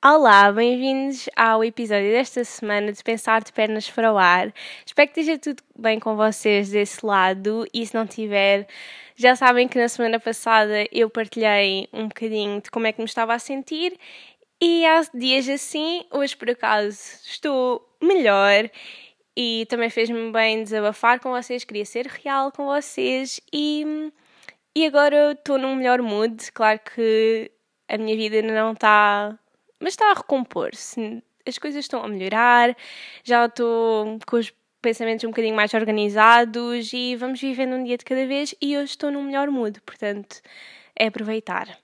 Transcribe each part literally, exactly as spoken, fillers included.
Olá, bem-vindos ao episódio desta semana de Pensar de Pernas para o Ar. Espero que esteja tudo bem com vocês desse lado e se não tiver, já sabem que na semana passada eu partilhei um bocadinho de como é que me estava a sentir e há dias assim, hoje por acaso estou melhor e também fez-me bem desabafar com vocês, queria ser real com vocês e, e agora estou num melhor mood. Claro que a minha vida ainda não está... mas está a recompor-se, as coisas estão a melhorar, já estou com os pensamentos um bocadinho mais organizados e vamos vivendo um dia de cada vez e hoje estou num melhor mood, portanto é aproveitar.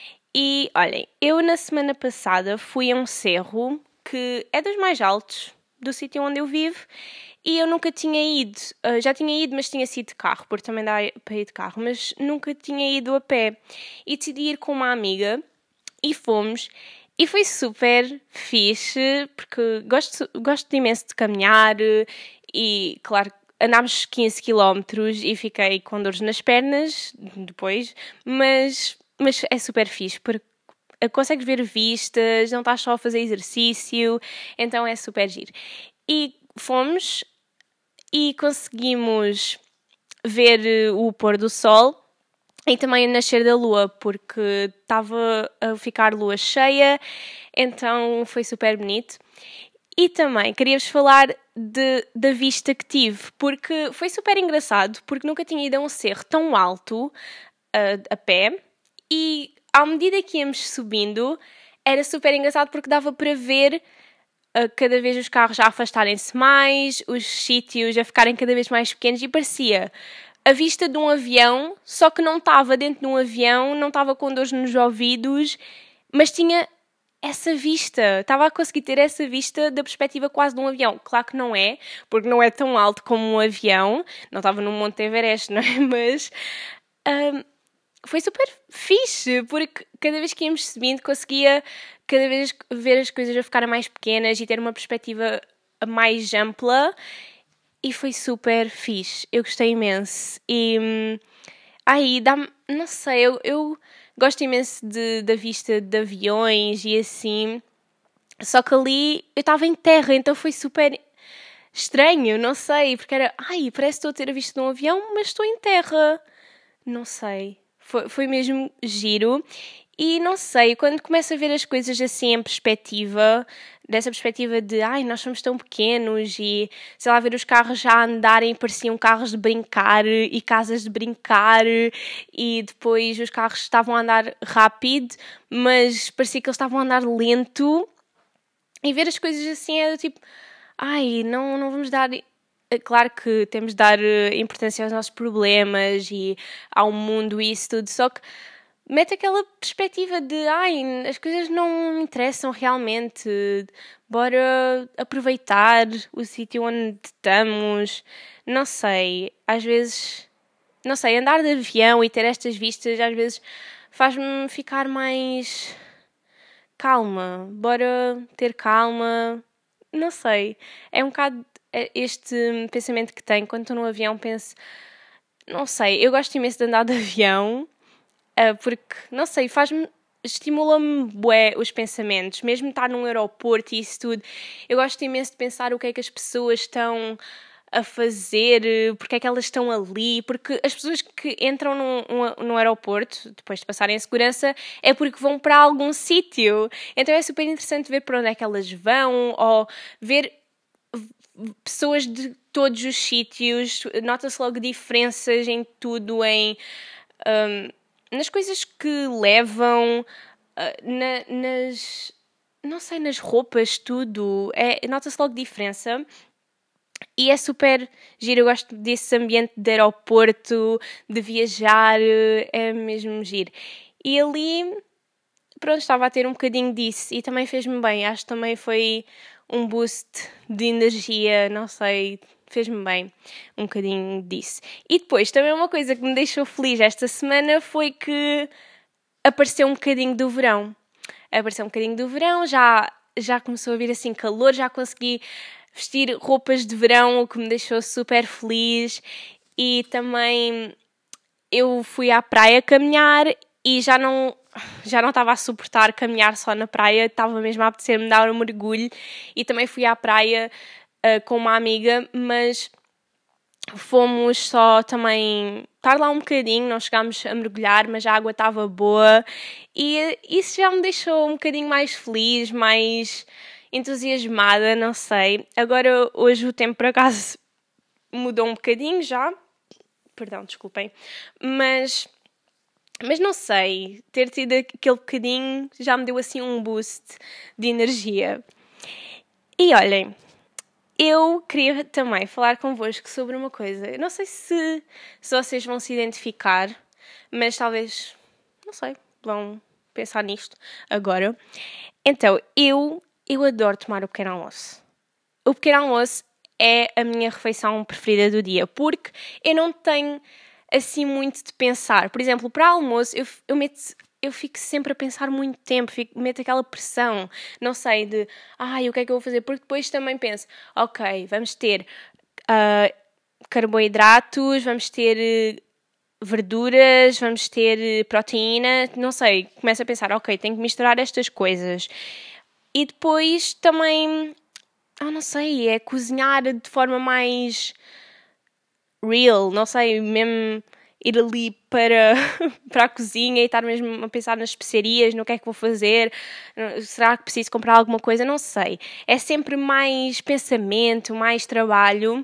E olhem, eu na semana passada fui a um cerro que é dos mais altos do sítio onde eu vivo e eu nunca tinha ido, já tinha ido mas tinha sido de carro, porque também dá para ir de carro, mas nunca tinha ido a pé e decidi ir com uma amiga e fomos. E foi super fixe, porque gosto, gosto imenso de caminhar e, claro, andámos quinze quilómetros e fiquei com dores nas pernas depois, mas, mas é super fixe, porque consegues ver vistas, não estás só a fazer exercício, então é super giro. E fomos e conseguimos ver o pôr do sol e também o nascer da lua, porque estava a ficar lua cheia, então foi super bonito. E também queria-vos falar de, da vista que tive, porque foi super engraçado, porque nunca tinha ido a um cerro tão alto a, a pé, e à medida que íamos subindo, era super engraçado porque dava para ver uh, cada vez os carros a afastarem-se mais, os sítios a ficarem cada vez mais pequenos, e parecia a vista de um avião, só que não estava dentro de um avião, não estava com dores nos ouvidos, mas tinha essa vista, estava a conseguir ter essa vista da perspectiva quase de um avião. Claro que não é, porque não é tão alto como um avião, não estava no Monte Everest, não é? Mas um, foi super fixe, porque cada vez que íamos subindo conseguia cada vez ver as coisas a ficarem mais pequenas e ter uma perspectiva mais ampla. E foi super fixe, eu gostei imenso. E hum, aí dá-me, não sei, eu, eu gosto imenso de, da vista de aviões e assim. Só que ali eu estava em terra, então foi super estranho, não sei, porque era, ai, parece que estou a ter a vista de um avião, mas estou em terra. Não sei, foi, foi mesmo giro. E não sei, quando começo a ver as coisas assim em perspectiva, dessa perspectiva de, ai, nós somos tão pequenos e, sei lá, ver os carros já andarem, pareciam carros de brincar e casas de brincar e depois os carros estavam a andar rápido, mas parecia que eles estavam a andar lento e ver as coisas assim é do tipo, ai, não, não vamos dar... Claro que temos de dar importância aos nossos problemas e ao mundo e isso tudo, só que mete aquela perspectiva de, ai, as coisas não me interessam realmente, bora aproveitar o sítio onde estamos, não sei, às vezes, não sei, andar de avião e ter estas vistas às vezes faz-me ficar mais calma, bora ter calma, não sei, é um bocado este pensamento que tenho quando estou no avião, penso, não sei, eu gosto imenso de andar de avião, porque, não sei, faz-me, estimula-me bué os pensamentos, mesmo estar num aeroporto e isso tudo, eu gosto imenso de pensar o que é que as pessoas estão a fazer, porque é que elas estão ali, porque as pessoas que entram num, num aeroporto, depois de passarem a segurança, é porque vão para algum sítio, então é super interessante ver para onde é que elas vão, ou ver pessoas de todos os sítios, nota-se logo diferenças em tudo, em... Um, nas coisas que levam, na, nas, não sei, nas roupas, tudo, é, nota-se logo diferença e é super giro, eu gosto desse ambiente de aeroporto, de viajar, é mesmo giro. E ali, pronto, estava a ter um bocadinho disso e também fez-me bem, acho que também foi um boost de energia, não sei... fez-me bem um bocadinho disso. E depois, também uma coisa que me deixou feliz esta semana foi que apareceu um bocadinho do verão. Apareceu um bocadinho do verão, já, já começou a vir assim calor, já consegui vestir roupas de verão, o que me deixou super feliz. E também eu fui à praia caminhar e já não... já não estava a suportar caminhar só na praia, estava mesmo a apetecer-me dar um mergulho, e também fui à praia uh, com uma amiga, mas fomos só também estar lá um bocadinho, não chegámos a mergulhar, mas a água estava boa, e isso já me deixou um bocadinho mais feliz, mais entusiasmada, não sei. Agora, hoje o tempo por acaso mudou um bocadinho já, perdão, desculpem, mas... Mas não sei, ter tido aquele bocadinho já me deu assim um boost de energia. E olhem, eu queria também falar convosco sobre uma coisa. Eu não sei se, se vocês vão se identificar, mas talvez, não sei, vão pensar nisto agora. Então, eu, eu adoro tomar o pequeno almoço. O pequeno almoço é a minha refeição preferida do dia, porque eu não tenho assim muito de pensar. Por exemplo, para almoço eu, eu, meto, eu fico sempre a pensar muito tempo, fico, meto aquela pressão, não sei, de ai, o que é que eu vou fazer? Porque depois também penso, ok, vamos ter uh, carboidratos, vamos ter uh, verduras, vamos ter uh, proteína, não sei, começo a pensar, ok, tenho que misturar estas coisas. E depois também, ah, não sei, é cozinhar de forma mais real, não sei, mesmo ir ali para, para a cozinha e estar mesmo a pensar nas especiarias, no que é que vou fazer, será que preciso comprar alguma coisa, não sei. É sempre mais pensamento, mais trabalho,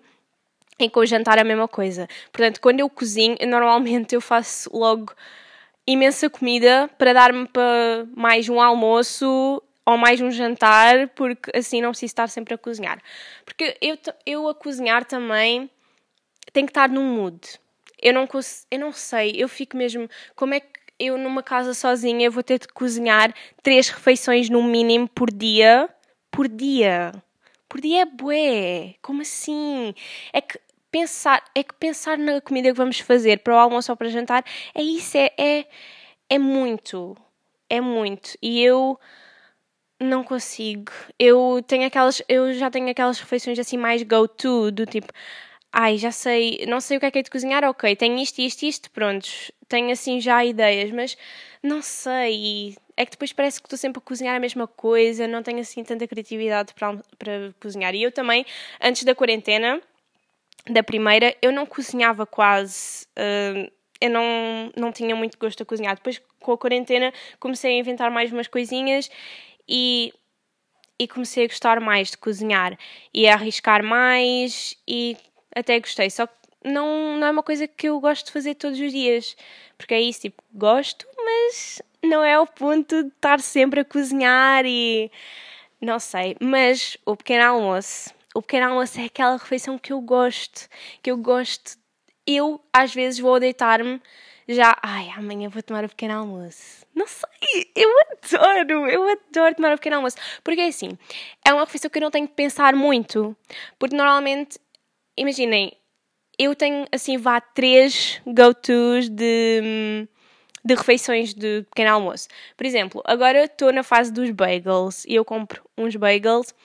e com o jantar a mesma coisa. Portanto, quando eu cozinho, normalmente eu faço logo imensa comida para dar-me para mais um almoço ou mais um jantar, porque assim não preciso estar sempre a cozinhar. Porque eu, eu a cozinhar também tenho que estar num mood. Eu não, eu não sei, eu fico mesmo... Como é que eu numa casa sozinha vou ter de cozinhar três refeições no mínimo por dia? Por dia. Por dia é bué. Como assim? É que pensar, é que pensar na comida que vamos fazer para o almoço ou para o jantar, é isso, é, é, é muito. É muito. E eu não consigo. Eu tenho aquelas... Eu já tenho aquelas refeições assim mais go-to, do tipo... Ai, já sei, não sei o que é que é de cozinhar, ok, tenho isto, isto, isto, prontos, tenho assim já ideias, mas não sei, é que depois parece que estou sempre a cozinhar a mesma coisa, não tenho assim tanta criatividade para, para cozinhar. E eu também, antes da quarentena, da primeira, eu não cozinhava quase, uh, eu não, não tinha muito gosto a cozinhar. Depois, com a quarentena, comecei a inventar mais umas coisinhas e... e comecei a gostar mais de cozinhar e a arriscar mais e até gostei, só que não, não é uma coisa que eu gosto de fazer todos os dias, porque é isso, tipo, gosto, mas não é o ponto de estar sempre a cozinhar e não sei, mas o pequeno almoço, o pequeno almoço é aquela refeição que eu gosto, que eu gosto, eu às vezes vou deitar-me já, ai, amanhã vou tomar o pequeno almoço. Não sei, eu adoro, eu adoro tomar o pequeno almoço. Porque é assim, é uma refeição que eu não tenho que pensar muito. Porque normalmente, imaginem, eu tenho assim, vá, três go-tos de, de refeições de pequeno almoço. Por exemplo, agora estou na fase dos bagels e eu compro uns bagels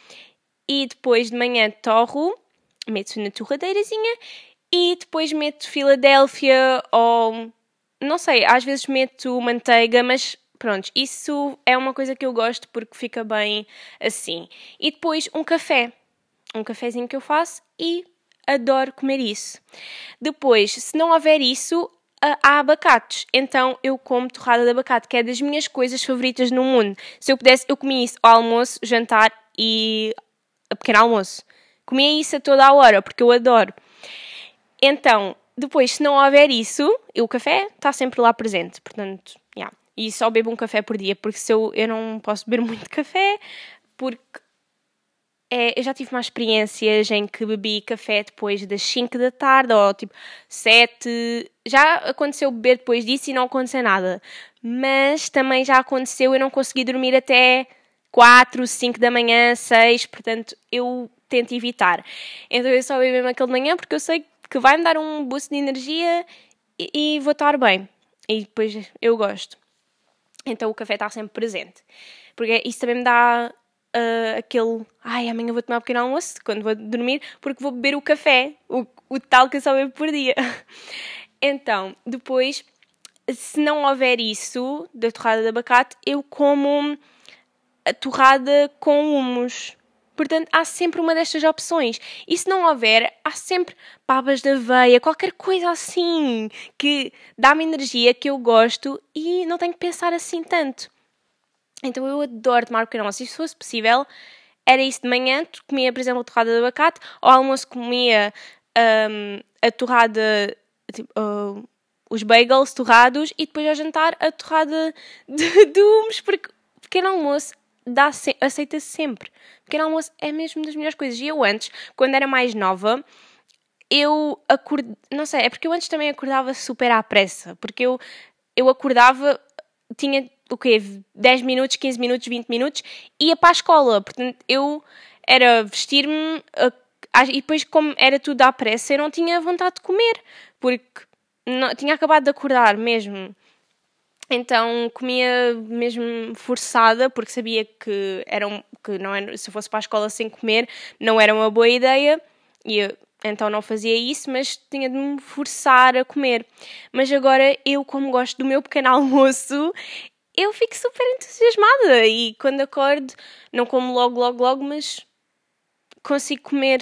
e depois de manhã torro, meto na torradeirazinha e depois meto Filadélfia ou... Não sei, às vezes meto manteiga, mas pronto, isso é uma coisa que eu gosto porque fica bem assim. E depois um café, um cafezinho que eu faço e adoro comer isso. Depois, se não houver isso, há abacates. Então eu como torrada de abacate, que é das minhas coisas favoritas no mundo. Se eu pudesse, eu comia isso ao almoço, jantar e a pequeno almoço. Comia isso a toda a hora, porque eu adoro. Então... Depois, se não houver isso, o café está sempre lá presente. Portanto, yeah. E só bebo um café por dia, porque se eu, eu não posso beber muito café, porque é, eu já tive mais experiências em que bebi café depois das cinco da tarde, ou tipo sete. Já aconteceu beber depois disso e não aconteceu nada. Mas também já aconteceu eu não conseguir dormir até quatro, cinco da manhã, seis. Portanto, eu tento evitar. Então eu só bebo mesmo aquele de manhã, porque eu sei que vai-me dar um boost de energia e, e vou estar bem. E depois eu gosto. Então o café está sempre presente. Porque isso também me dá uh, aquele... Ai, amanhã vou tomar um pequeno almoço quando vou dormir, porque vou beber o café. O, o tal que eu só bebo por dia. Então, depois se não houver isso, da torrada de abacate, eu como a torrada com hummus. Portanto, há sempre uma destas opções. E se não houver, há sempre pavas de aveia, qualquer coisa assim, que dá-me energia, que eu gosto e não tenho que pensar assim tanto. Então eu adoro tomar pequeno almoço. E se fosse possível, era isso de manhã, comia, por exemplo, a torrada de abacate, ao almoço comia um, a torrada, tipo, uh, os bagels torrados, e depois ao jantar a torrada de, de hummus, porque pequeno almoço dá se- aceita-se sempre. Pequeno almoço é mesmo das melhores coisas. E eu antes, quando era mais nova, eu acordava, não sei, é porque eu antes também acordava super à pressa, porque eu, eu acordava, tinha o quê? dez minutos, quinze minutos, vinte minutos, ia para a escola. Portanto, eu era vestir-me e depois, como era tudo à pressa, eu não tinha vontade de comer, porque não, tinha acabado de acordar mesmo. Então comia mesmo forçada, porque sabia que, era um, que não era, se eu fosse para a escola sem comer não era uma boa ideia, e eu, então não fazia isso, mas tinha de me forçar a comer. Mas agora eu, como gosto do meu pequeno almoço, eu fico super entusiasmada, e quando acordo não como logo, logo, logo, mas consigo comer,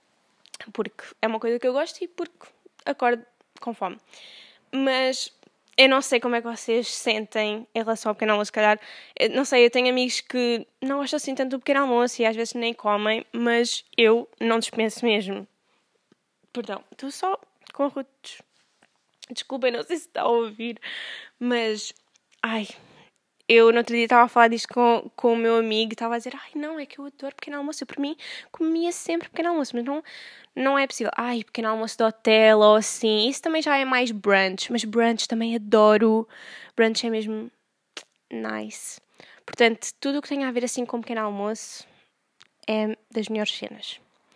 porque é uma coisa que eu gosto e porque acordo com fome. Mas eu não sei como é que vocês sentem em relação ao pequeno almoço, se calhar. Eu não sei, eu tenho amigos que não gostam assim tanto do pequeno almoço e às vezes nem comem, mas eu não dispenso mesmo. Perdão, estou só com arrotos. Desculpem, não sei se está a ouvir, mas... Ai, eu no outro dia estava a falar disto com, com o meu amigo e estava a dizer, ai não, é que eu adoro pequeno almoço. Eu, por mim, comia sempre pequeno almoço, mas não, não é possível. Ai, pequeno almoço de hotel ou assim. Isso também já é mais brunch, mas brunch também adoro. Brunch é mesmo nice. Portanto, tudo o que tem a ver assim com pequeno almoço é das melhores cenas.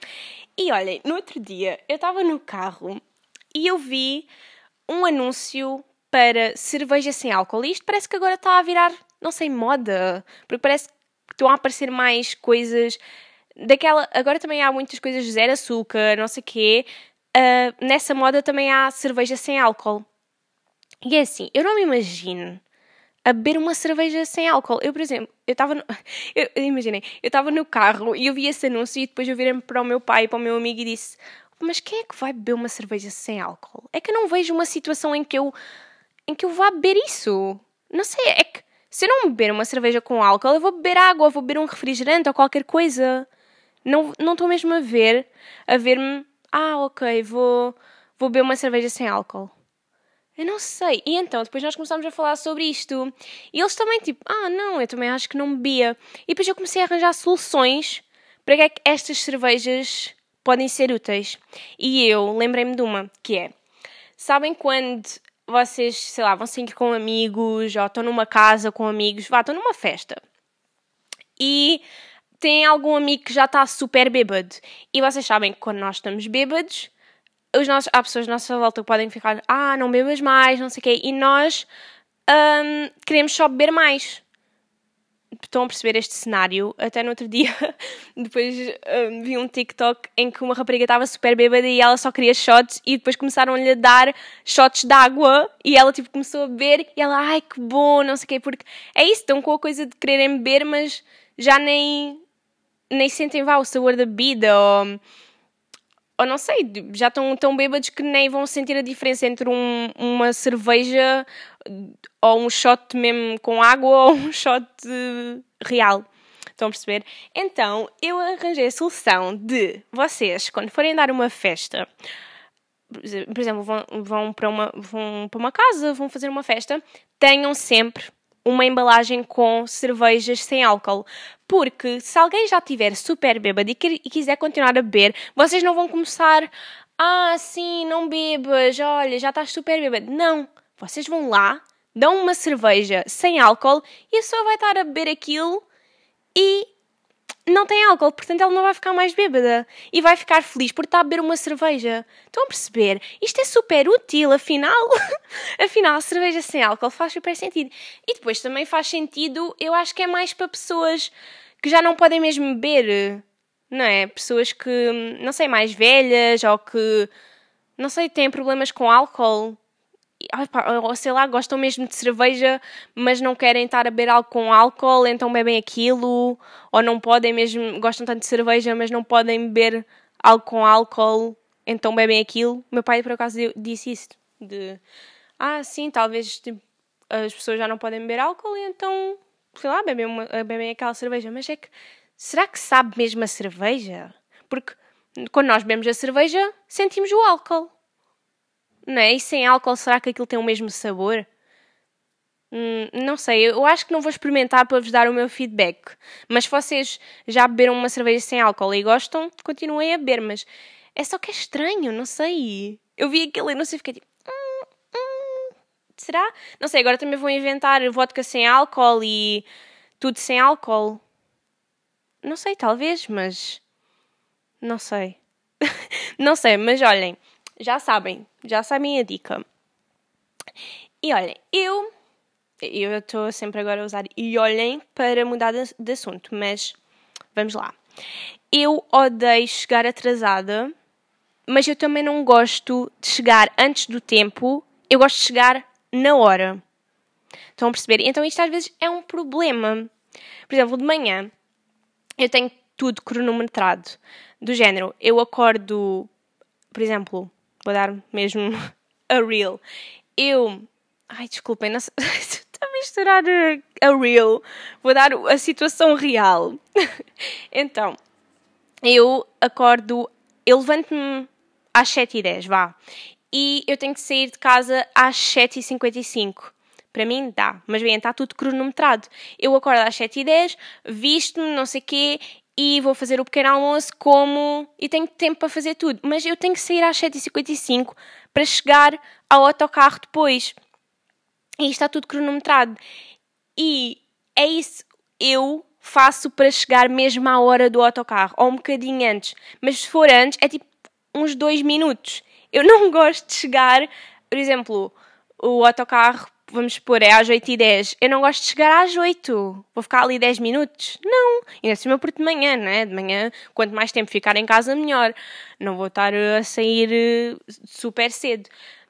E olhem, no outro dia eu estava no carro e eu vi um anúncio para cerveja sem álcool. E isto parece que agora está a virar, não sei, moda. Porque parece que estão a aparecer mais coisas daquela... Agora também há muitas coisas de zero açúcar, não sei o quê. Uh, nessa moda também há cerveja sem álcool. E é assim, eu não me imagino a beber uma cerveja sem álcool. Eu, por exemplo, eu estava no... eu, imaginei, eu estava no carro e eu vi esse anúncio e depois eu virei-me para o meu pai e para o meu amigo e disse, mas quem é que vai beber uma cerveja sem álcool? É que eu não vejo uma situação em que eu, em que eu vá beber isso. Não sei, é que se eu não beber uma cerveja com álcool, eu vou beber água, ou vou beber um refrigerante ou qualquer coisa. Não não estou mesmo a ver, a ver-me, ah, ok, vou, vou beber uma cerveja sem álcool. Eu não sei. E então, depois nós começámos a falar sobre isto. E eles também, tipo, ah, não, eu também acho que não bebia. E depois eu comecei a arranjar soluções para que é que estas cervejas podem ser úteis. E eu lembrei-me de uma, que é, sabem quando vocês, sei lá, vão sair com amigos, ou estão numa casa com amigos, vá, estão numa festa. E têm algum amigo que já está super bêbado. E vocês sabem que quando nós estamos bêbados, os nossos, há pessoas à nossa volta que podem ficar, ah, não bebas mais, não sei o quê, e nós hum, queremos só beber mais. Estão a perceber este cenário? Até no outro dia, depois hum, vi um TikTok em que uma rapariga estava super bêbada e ela só queria shots e depois começaram-lhe a dar shots de água e ela tipo começou a beber e ela, ai que bom, não sei o quê, porque é isso, estão com a coisa de quererem beber, mas já nem, nem sentem vá, o sabor da bebida ou... Ou não sei, já estão tão bêbados que nem vão sentir a diferença entre um, uma cerveja ou um shot mesmo com água ou um shot real. Estão a perceber? Então, eu arranjei a solução de vocês, quando forem dar uma festa, por exemplo, vão, vão, para uma, vão para uma casa, vão fazer uma festa, tenham sempre uma embalagem com cervejas sem álcool. Porque se alguém já estiver super bêbado e, quer, e quiser continuar a beber, vocês não vão começar, ah, sim, não bebas, olha, já estás super bêbado. Não, vocês vão lá, dão uma cerveja sem álcool e a pessoa vai estar a beber aquilo e não tem álcool, portanto ela não vai ficar mais bêbada e vai ficar feliz por estar a beber uma cerveja. Estão a perceber? Isto é super útil, afinal. Afinal, a cerveja sem álcool faz super sentido. E depois também faz sentido, eu acho que é mais para pessoas que já não podem mesmo beber, não é? Pessoas que, não sei, mais velhas ou que, não sei, têm problemas com álcool. ou sei lá, gostam mesmo de cerveja, mas não querem estar a beber algo com álcool, então bebem aquilo, ou não podem mesmo, gostam tanto de cerveja, mas não podem beber algo com álcool, então bebem aquilo. Meu pai, por acaso, disse isso, de, ah, sim, talvez tipo, as pessoas já não podem beber álcool, e então, sei lá, bebem, uma, bebem aquela cerveja. Mas é que, será que sabe mesmo a cerveja? Porque quando nós bebemos a cerveja, sentimos o álcool. Não é? E sem álcool, será que aquilo tem o mesmo sabor? Hum, não sei, eu acho que não vou experimentar para vos dar o meu feedback. Mas se vocês já beberam uma cerveja sem álcool e gostam, continuem a beber. Mas é só que é estranho, não sei. Eu vi aquilo e não sei, fiquei tipo... Hum, hum, será? Não sei, agora também vou inventar vodka sem álcool e tudo sem álcool. Não sei, talvez, mas... Não sei. Não sei, mas olhem... Já sabem, já sabem a dica. E olhem, eu... Eu estou sempre agora a usar e olhem para mudar de, de assunto, mas vamos lá. Eu odeio chegar atrasada, mas eu também não gosto de chegar antes do tempo. Eu gosto de chegar na hora. Estão a perceber? Então isto às vezes é um problema. Por exemplo, de manhã, eu tenho tudo cronometrado. Do género, eu acordo, por exemplo... Vou dar mesmo a real. Eu... Ai, desculpem, não sei... Estou a misturar a real. Vou dar a situação real. Então, eu acordo... Eu levanto-me às sete e dez, vá. E eu tenho que sair de casa às sete e cinquenta e cinco. Para mim, dá. Mas bem, está tudo cronometrado. Eu acordo às sete e dez, visto-me, não sei o quê... E vou fazer o pequeno almoço, como... E tenho tempo para fazer tudo. Mas eu tenho que sair às sete e cinquenta e cinco para chegar ao autocarro depois. E está tudo cronometrado. E é isso. Eu faço para chegar mesmo à hora do autocarro. Ou um bocadinho antes. Mas se for antes, é tipo uns dois minutos. Eu não gosto de chegar... Por exemplo, o autocarro... Vamos supor, é às oito e dez. Eu não gosto de chegar às oito. Vou ficar ali dez minutos? Não. Ainda assim, porque de manhã, não é? De manhã, quanto mais tempo ficar em casa, melhor. Não vou estar a sair super cedo.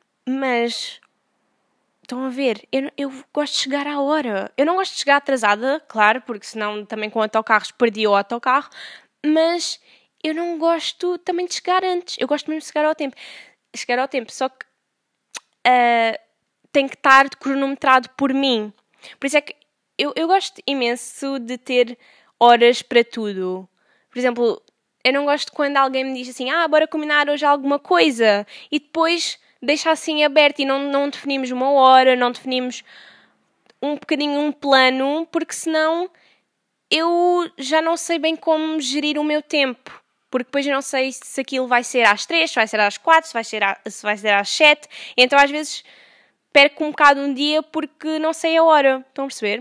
Mas, estão a ver? Eu, eu gosto de chegar à hora. Eu não gosto de chegar atrasada, claro, porque senão também com autocarros perdi o autocarro. Mas eu não gosto também de chegar antes. Eu gosto mesmo de chegar ao tempo. Chegar ao tempo, só que... Uh, tem que estar cronometrado por mim. Por isso é que eu, eu gosto imenso de ter horas para tudo. Por exemplo, eu não gosto quando alguém me diz assim, ah, bora combinar hoje alguma coisa. E depois deixa assim aberto e não, não definimos uma hora, não definimos um bocadinho um plano, porque senão eu já não sei bem como gerir o meu tempo. Porque depois eu não sei se aquilo vai ser às três, se vai ser às quatro, se vai ser, à, se vai ser às sete. Então às vezes... perco um bocado um dia porque não sei a hora. Estão a perceber?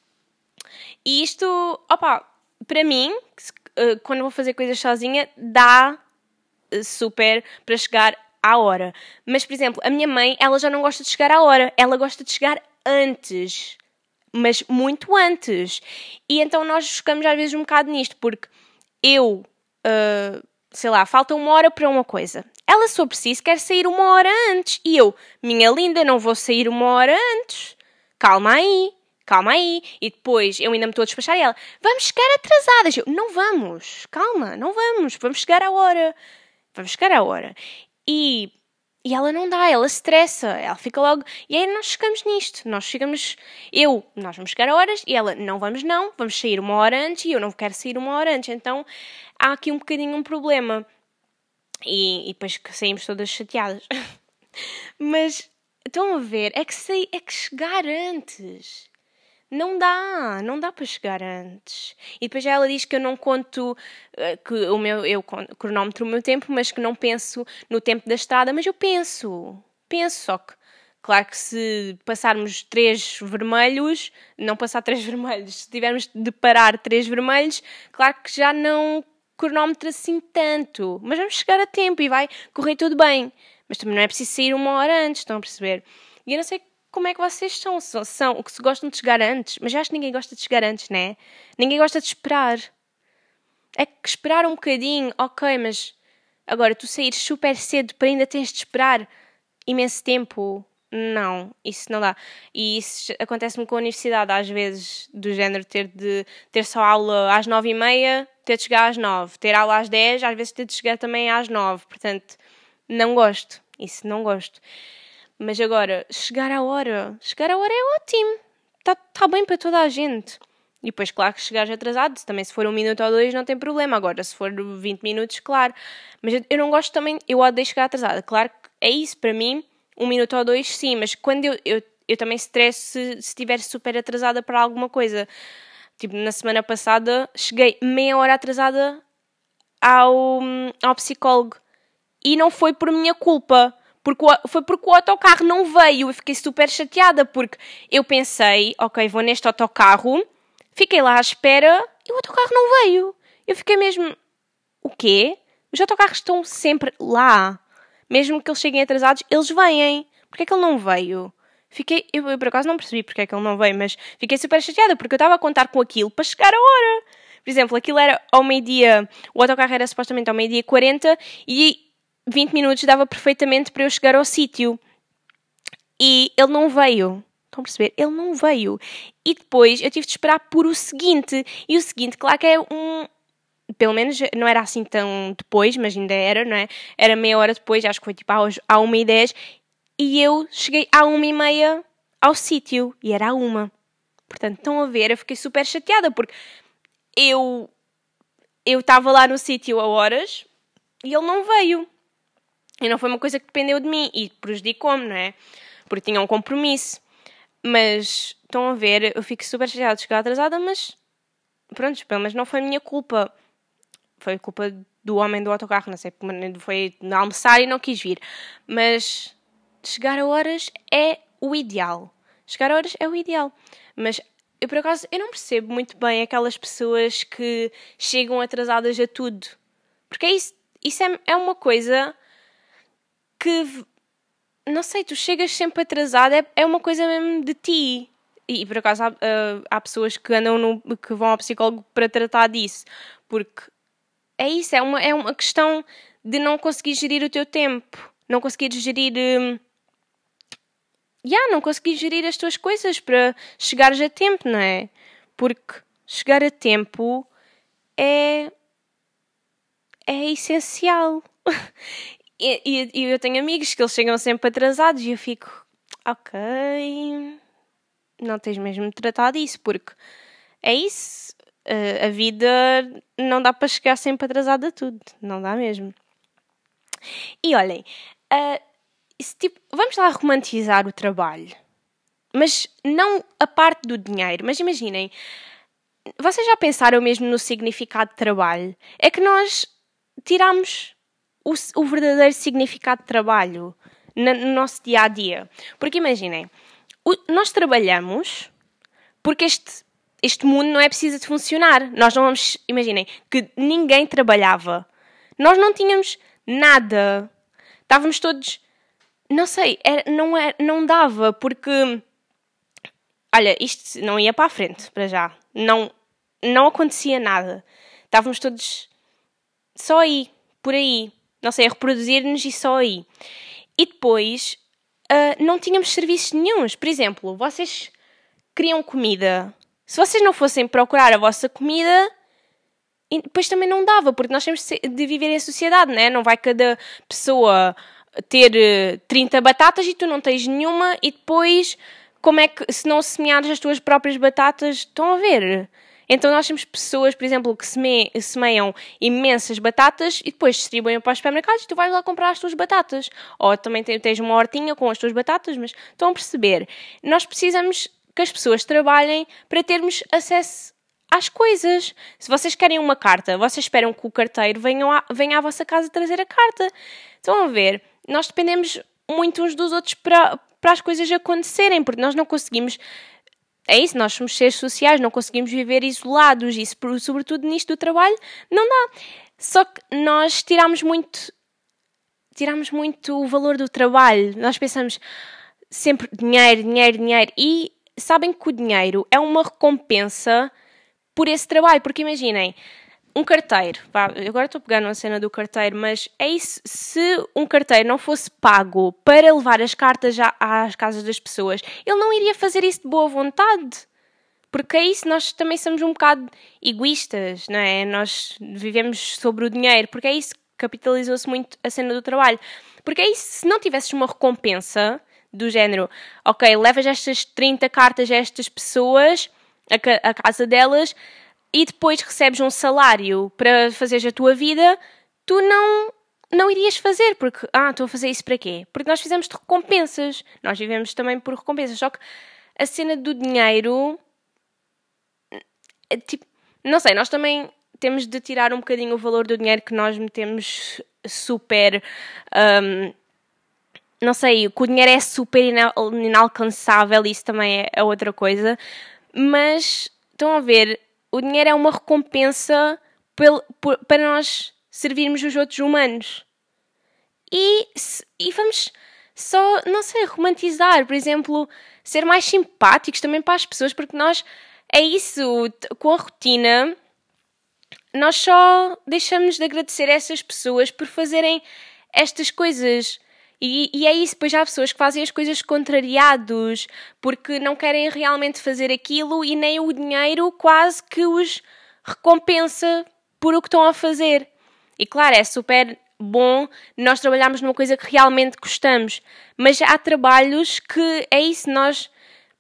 E isto, opa, para mim, quando vou fazer coisas sozinha, dá super para chegar à hora. Mas, por exemplo, a minha mãe, ela já não gosta de chegar à hora. Ela gosta de chegar antes. Mas muito antes. E então nós chocamos às vezes um bocado nisto. Porque eu, uh, sei lá, falta uma hora para uma coisa. Ela, se for preciso, quer sair uma hora antes. E eu, minha linda, não vou sair uma hora antes. Calma aí, calma aí. E depois eu ainda me estou a despachar e ela, vamos chegar atrasadas. Eu, não vamos, calma, não vamos. Vamos chegar à hora. Vamos chegar à hora. E, e ela não dá, ela estressa. Ela fica logo... E aí nós chegamos nisto. Nós chegamos... Eu, nós vamos chegar a horas e ela, não vamos não. Vamos sair uma hora antes e eu não quero sair uma hora antes. Então há aqui um bocadinho um problema. E, e depois saímos todas chateadas. Mas, estão a ver, é que, sei, é que chegar antes. Não dá, não dá para chegar antes. E depois ela diz que eu não conto, que o meu, eu cronómetro o meu tempo, mas que não penso no tempo da estrada. Mas eu penso, penso, só que, claro que se passarmos três vermelhos, não passar três vermelhos, se tivermos de parar três vermelhos, claro que já não... cronómetro assim tanto, mas vamos chegar a tempo e vai correr tudo bem, mas também não é preciso sair uma hora antes, estão a perceber? E eu não sei como é que vocês são, são, são o que se gostam de chegar antes, mas já acho que ninguém gosta de chegar antes, né? Ninguém gosta de esperar. É que esperar um bocadinho, ok, mas agora tu saíres super cedo para ainda tens de esperar imenso tempo, Não, isso não dá. E isso acontece-me com a universidade, às vezes, do género ter de ter só aula às nove e meia, ter de chegar às nove. Ter aula às dez, às vezes ter de chegar também às nove. Portanto, não gosto. Isso não gosto. Mas agora, chegar à hora. Chegar à hora é ótimo. Está tá bem para toda a gente. E depois, claro que chegares atrasado, também se for um minuto ou dois não tem problema. Agora, se for vinte minutos, claro. Mas eu, eu não gosto também, eu odeio chegar atrasada. Claro que é isso, para mim, um minuto ou dois, sim. Mas quando eu, eu, eu também stress se, se estiver super atrasada para alguma coisa. Tipo, na semana passada, cheguei meia hora atrasada ao, ao psicólogo. E não foi por minha culpa. Porque o, foi porque o autocarro não veio. Eu fiquei super chateada, porque eu pensei, ok, vou neste autocarro... Fiquei lá à espera e o autocarro não veio. Eu fiquei mesmo... O quê? Os autocarros estão sempre lá. Mesmo que eles cheguem atrasados, eles vêm. Porquê é que ele não veio? Fiquei... Eu, eu por acaso não percebi porque é que ele não veio, mas fiquei super chateada porque eu estava a contar com aquilo para chegar a hora. Por exemplo, aquilo era ao meio-dia... O autocarro era supostamente ao meio-dia e quarenta e vinte minutos dava perfeitamente para eu chegar ao sítio. E ele não veio. Estão a perceber? Ele não veio. E depois eu tive de esperar por o seguinte. E o seguinte, claro que é um... Pelo menos não era assim tão depois, mas ainda era, não é? Era meia hora depois, acho que foi tipo à uma e dez. E eu cheguei à uma e meia ao sítio. E era à uma. Portanto, estão a ver? Eu fiquei super chateada porque eu... Eu estava lá no sítio a horas e ele não veio. E não foi uma coisa que dependeu de mim. E prejudicou-me, não é? Porque tinha um compromisso. Mas, estão a ver, eu fico super chateada de chegar atrasada, mas, pronto, mas não foi minha culpa. Foi culpa do homem do autocarro, não sei, foi almoçar e não quis vir. Mas, chegar a horas é o ideal. Chegar a horas é o ideal. Mas, eu por acaso, eu não percebo muito bem aquelas pessoas que chegam atrasadas a tudo. Porque é isso, isso é, é uma coisa que... Não sei, tu chegas sempre atrasada, é, é uma coisa mesmo de ti. E, por acaso, há, uh, há pessoas que andam no, que vão ao psicólogo para tratar disso. Porque é isso, é uma, é uma questão de não conseguir gerir o teu tempo. Não conseguir gerir... Um, yeah, não conseguir gerir as tuas coisas para chegares a tempo, não é? Porque chegar a tempo é... É essencial. E, e, e eu tenho amigos que eles chegam sempre atrasados e eu fico, ok, não tens mesmo de tratar disso, porque é isso, a, a vida não dá para chegar sempre atrasado a tudo, não dá mesmo. E olhem, uh, esse tipo, vamos lá romantizar o trabalho, mas não a parte do dinheiro, mas imaginem, vocês já pensaram mesmo no significado de trabalho? É que nós tiramos... O, o verdadeiro significado de trabalho no, no nosso dia-a-dia. Porque imaginem, o, nós trabalhamos porque este, este mundo não é preciso de funcionar. Nós não vamos... Imaginem, que ninguém trabalhava. Nós não tínhamos nada. Estávamos todos... Não sei, era, não, era, não dava, porque... Olha, isto não ia para a frente, para já. Não, não acontecia nada. Estávamos todos só aí, por aí. Não sei, a reproduzir-nos e só aí. E depois, uh, não tínhamos serviços nenhuns. Por exemplo, vocês queriam comida. Se vocês não fossem procurar a vossa comida, depois também não dava, porque nós temos de viver em sociedade, não é? Não vai cada pessoa ter uh, trinta batatas e tu não tens nenhuma, e depois, como é que, se não semeares as tuas próprias batatas, estão a ver? Então nós temos pessoas, por exemplo, que seme, semeiam imensas batatas e depois distribuem para os supermercados e tu vais lá comprar as tuas batatas. Ou também tens uma hortinha com as tuas batatas, mas estão a perceber? Nós precisamos que as pessoas trabalhem para termos acesso às coisas. Se vocês querem uma carta, vocês esperam que o carteiro venha à, venha à vossa casa trazer a carta. Estão a ver? Nós dependemos muito uns dos outros para, para as coisas acontecerem, porque nós não conseguimos... É isso, nós somos seres sociais, não conseguimos viver isolados, e sobretudo nisto do trabalho, não dá. Só que nós tiramos muito, tiramos muito o valor do trabalho. Nós pensamos sempre dinheiro, dinheiro, dinheiro. E sabem que o dinheiro é uma recompensa por esse trabalho. Porque imaginem, um carteiro, vá, agora estou pegando a cena do carteiro, mas é isso, se um carteiro não fosse pago para levar as cartas já às casas das pessoas, ele não iria fazer isso de boa vontade, porque é isso, nós também somos um bocado egoístas, não é? Nós vivemos sobre o dinheiro, porque é isso, capitalizou-se muito a cena do trabalho, porque é isso, se não tivesses uma recompensa do género, ok, levas estas trinta cartas a estas pessoas, a, a casa delas, e depois recebes um salário para fazeres a tua vida, tu não, não irias fazer, porque, ah, estou a fazer isso para quê? Porque nós fizemos de recompensas, nós vivemos também por recompensas, só que a cena do dinheiro, tipo, não sei, nós também temos de tirar um bocadinho o valor do dinheiro que nós metemos super, um, não sei, que o dinheiro é super inalcançável, isso também é outra coisa, mas estão a ver, o dinheiro é uma recompensa pel, por, para nós servirmos os outros humanos. E, e vamos só, não sei, romantizar, por exemplo, ser mais simpáticos também para as pessoas, porque nós, é isso, com a rotina, nós só deixamos de agradecer a essas pessoas por fazerem estas coisas. E, e é isso, depois há pessoas que fazem as coisas contrariados, porque não querem realmente fazer aquilo e nem o dinheiro quase que os recompensa por o que estão a fazer. E claro, é super bom nós trabalharmos numa coisa que realmente gostamos, mas há trabalhos que é isso, nós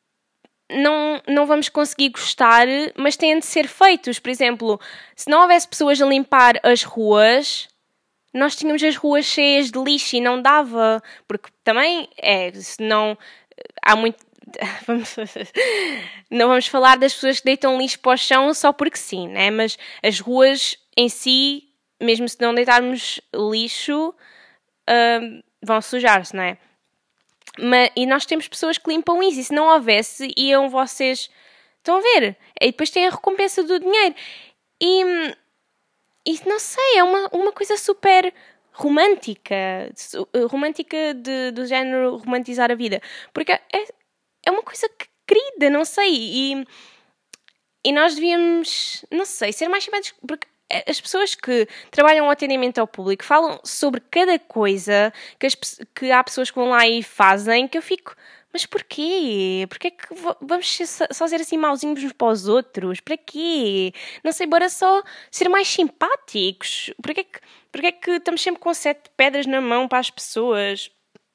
não, não vamos conseguir gostar, mas têm de ser feitos. Por exemplo, se não houvesse pessoas a limpar as ruas, nós tínhamos as ruas cheias de lixo e não dava, porque também é, se não há muito, vamos, não vamos falar das pessoas que deitam lixo para o chão só porque sim, né? Mas as ruas em si, mesmo se não deitarmos lixo, uh, vão sujar-se, não é? Mas, e nós temos pessoas que limpam isso, e se não houvesse, iam vocês, estão a ver? E depois tem a recompensa do dinheiro. E E não sei, é uma, uma coisa super romântica, romântica de, do género romantizar a vida, porque é, é uma coisa querida, não sei, e, e nós devíamos, não sei, ser mais simpáticos, porque as pessoas que trabalham o atendimento ao público falam sobre cada coisa que, as, que há pessoas que vão lá e fazem, que eu fico... Mas porquê? Porquê é que vamos só ser assim mauzinhos uns para os outros? Para quê? Não sei, bora só ser mais simpáticos. Porquê é que, porquê é que estamos sempre com sete pedras na mão para as pessoas?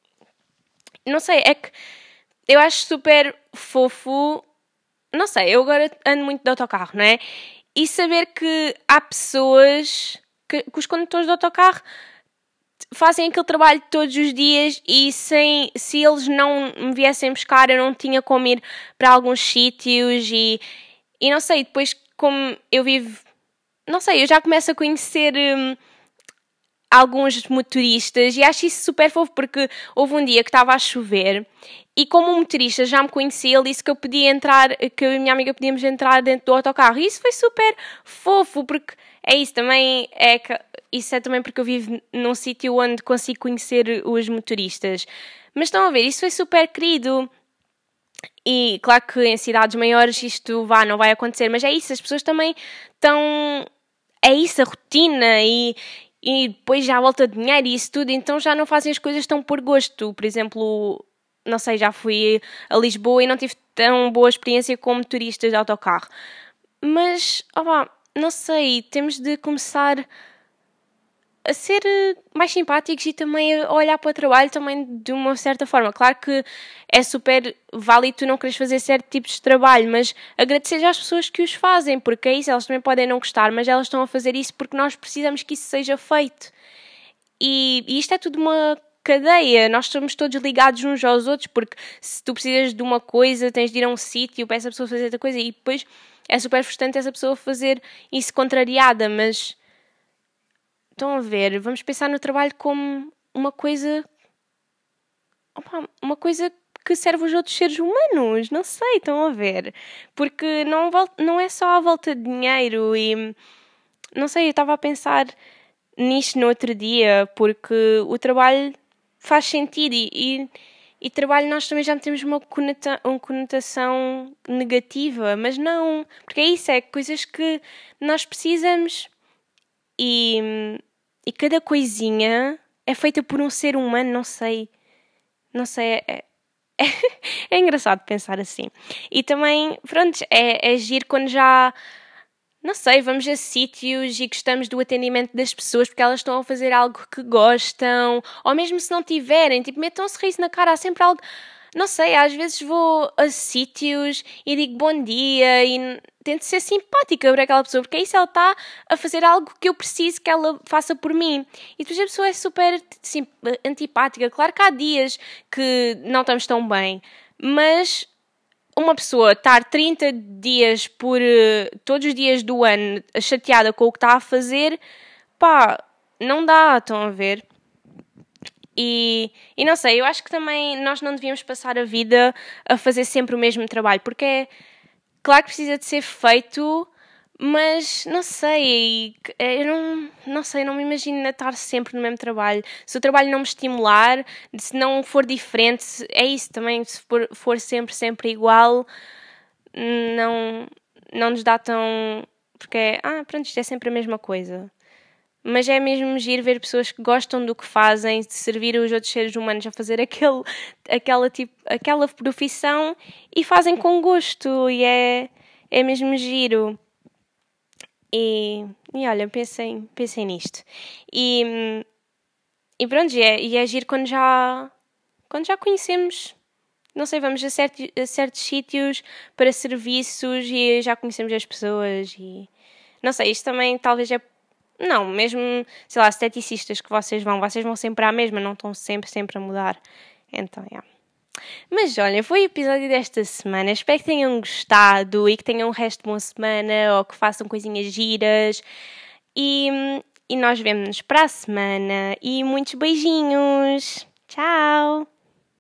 Não sei, é que eu acho super fofo... Não sei, eu agora ando muito de autocarro, não é? E saber que há pessoas... Que, que os condutores de autocarro... fazem aquele trabalho todos os dias e sem, se eles não me viessem buscar eu não tinha como ir para alguns sítios e, e não sei, depois como eu vivo, não sei, eu já começo a conhecer hum, alguns motoristas e acho isso super fofo porque houve um dia que estava a chover e como o motorista já me conhecia, ele disse que eu podia entrar, que eu e a minha amiga podíamos entrar dentro do autocarro e isso foi super fofo porque é isso também, é que isso é também porque eu vivo num sítio onde consigo conhecer os motoristas. Mas estão a ver, isso foi super querido. E claro que em cidades maiores isto vá, não vai acontecer, mas é isso, as pessoas também estão... É isso, a rotina e, e depois já volta dinheiro e isso tudo, então já não fazem as coisas tão por gosto. Por exemplo, não sei, já fui a Lisboa e não tive tão boa experiência com motoristas de autocarro. Mas, opa, não sei, temos de começar... a ser mais simpáticos e também a olhar para o trabalho também de uma certa forma. Claro que é super válido tu não queres fazer certo tipo de trabalho, mas agradecer às pessoas que os fazem, porque é isso, elas também podem não gostar, mas elas estão a fazer isso porque nós precisamos que isso seja feito. E, e isto é tudo uma cadeia, nós estamos todos ligados uns aos outros, porque se tu precisas de uma coisa, tens de ir a um sítio para essa pessoa fazer outra coisa, e depois é super frustrante essa pessoa fazer isso contrariada, mas... Estão a ver, vamos pensar no trabalho como uma coisa, opa, uma coisa que serve aos outros seres humanos, não sei, estão a ver, porque não, não é só à volta de dinheiro e, não sei, eu estava a pensar nisto no outro dia, porque o trabalho faz sentido e, e, e trabalho nós também já temos uma, conota, uma conotação negativa, mas não, porque é isso, é coisas que nós precisamos... e, e cada coisinha é feita por um ser humano, não sei, não sei, é, é, é engraçado pensar assim. E também, pronto, é, é giro quando já, não sei, vamos a sítios e gostamos do atendimento das pessoas porque elas estão a fazer algo que gostam, ou mesmo se não tiverem, tipo, metam um sorriso na cara, há sempre algo. Não sei, às vezes vou a sítios e digo bom dia e tento ser simpática para aquela pessoa, porque é isso, ela está a fazer algo que eu preciso que ela faça por mim. E depois a pessoa é super sim, antipática. Claro que há dias que não estamos tão bem, mas uma pessoa estar trinta dias por uh, todos os dias do ano chateada com o que está a fazer, pá, não dá, estão a ver? E, e não sei, eu acho que também nós não devíamos passar a vida a fazer sempre o mesmo trabalho, porque é claro que precisa de ser feito, mas não sei, eu não, não sei, não me imagino estar sempre no mesmo trabalho. Se o trabalho não me estimular, se não for diferente, é isso também, se for, for sempre, sempre igual, não, não nos dá tão... Porque é, ah, pronto, isto é sempre a mesma coisa. Mas é mesmo giro ver pessoas que gostam do que fazem, de servir os outros seres humanos a fazer aquele, aquela, tipo, aquela profissão e fazem com gosto e é, é mesmo giro. E, e olha, pensem, pensem nisto. E, e pronto, e é, e é giro quando já, quando já conhecemos, não sei, vamos a, certi, a certos sítios para serviços e já conhecemos as pessoas e... Não sei, isto também talvez é... Não, mesmo, sei lá, esteticistas que vocês vão, vocês vão sempre à mesma, não estão sempre, sempre a mudar. Então, é. Yeah. Mas olha, foi o episódio desta semana. Espero que tenham gostado e que tenham o resto de uma semana ou que façam coisinhas giras. E, e nós vemo-nos para a semana. E muitos beijinhos. Tchau!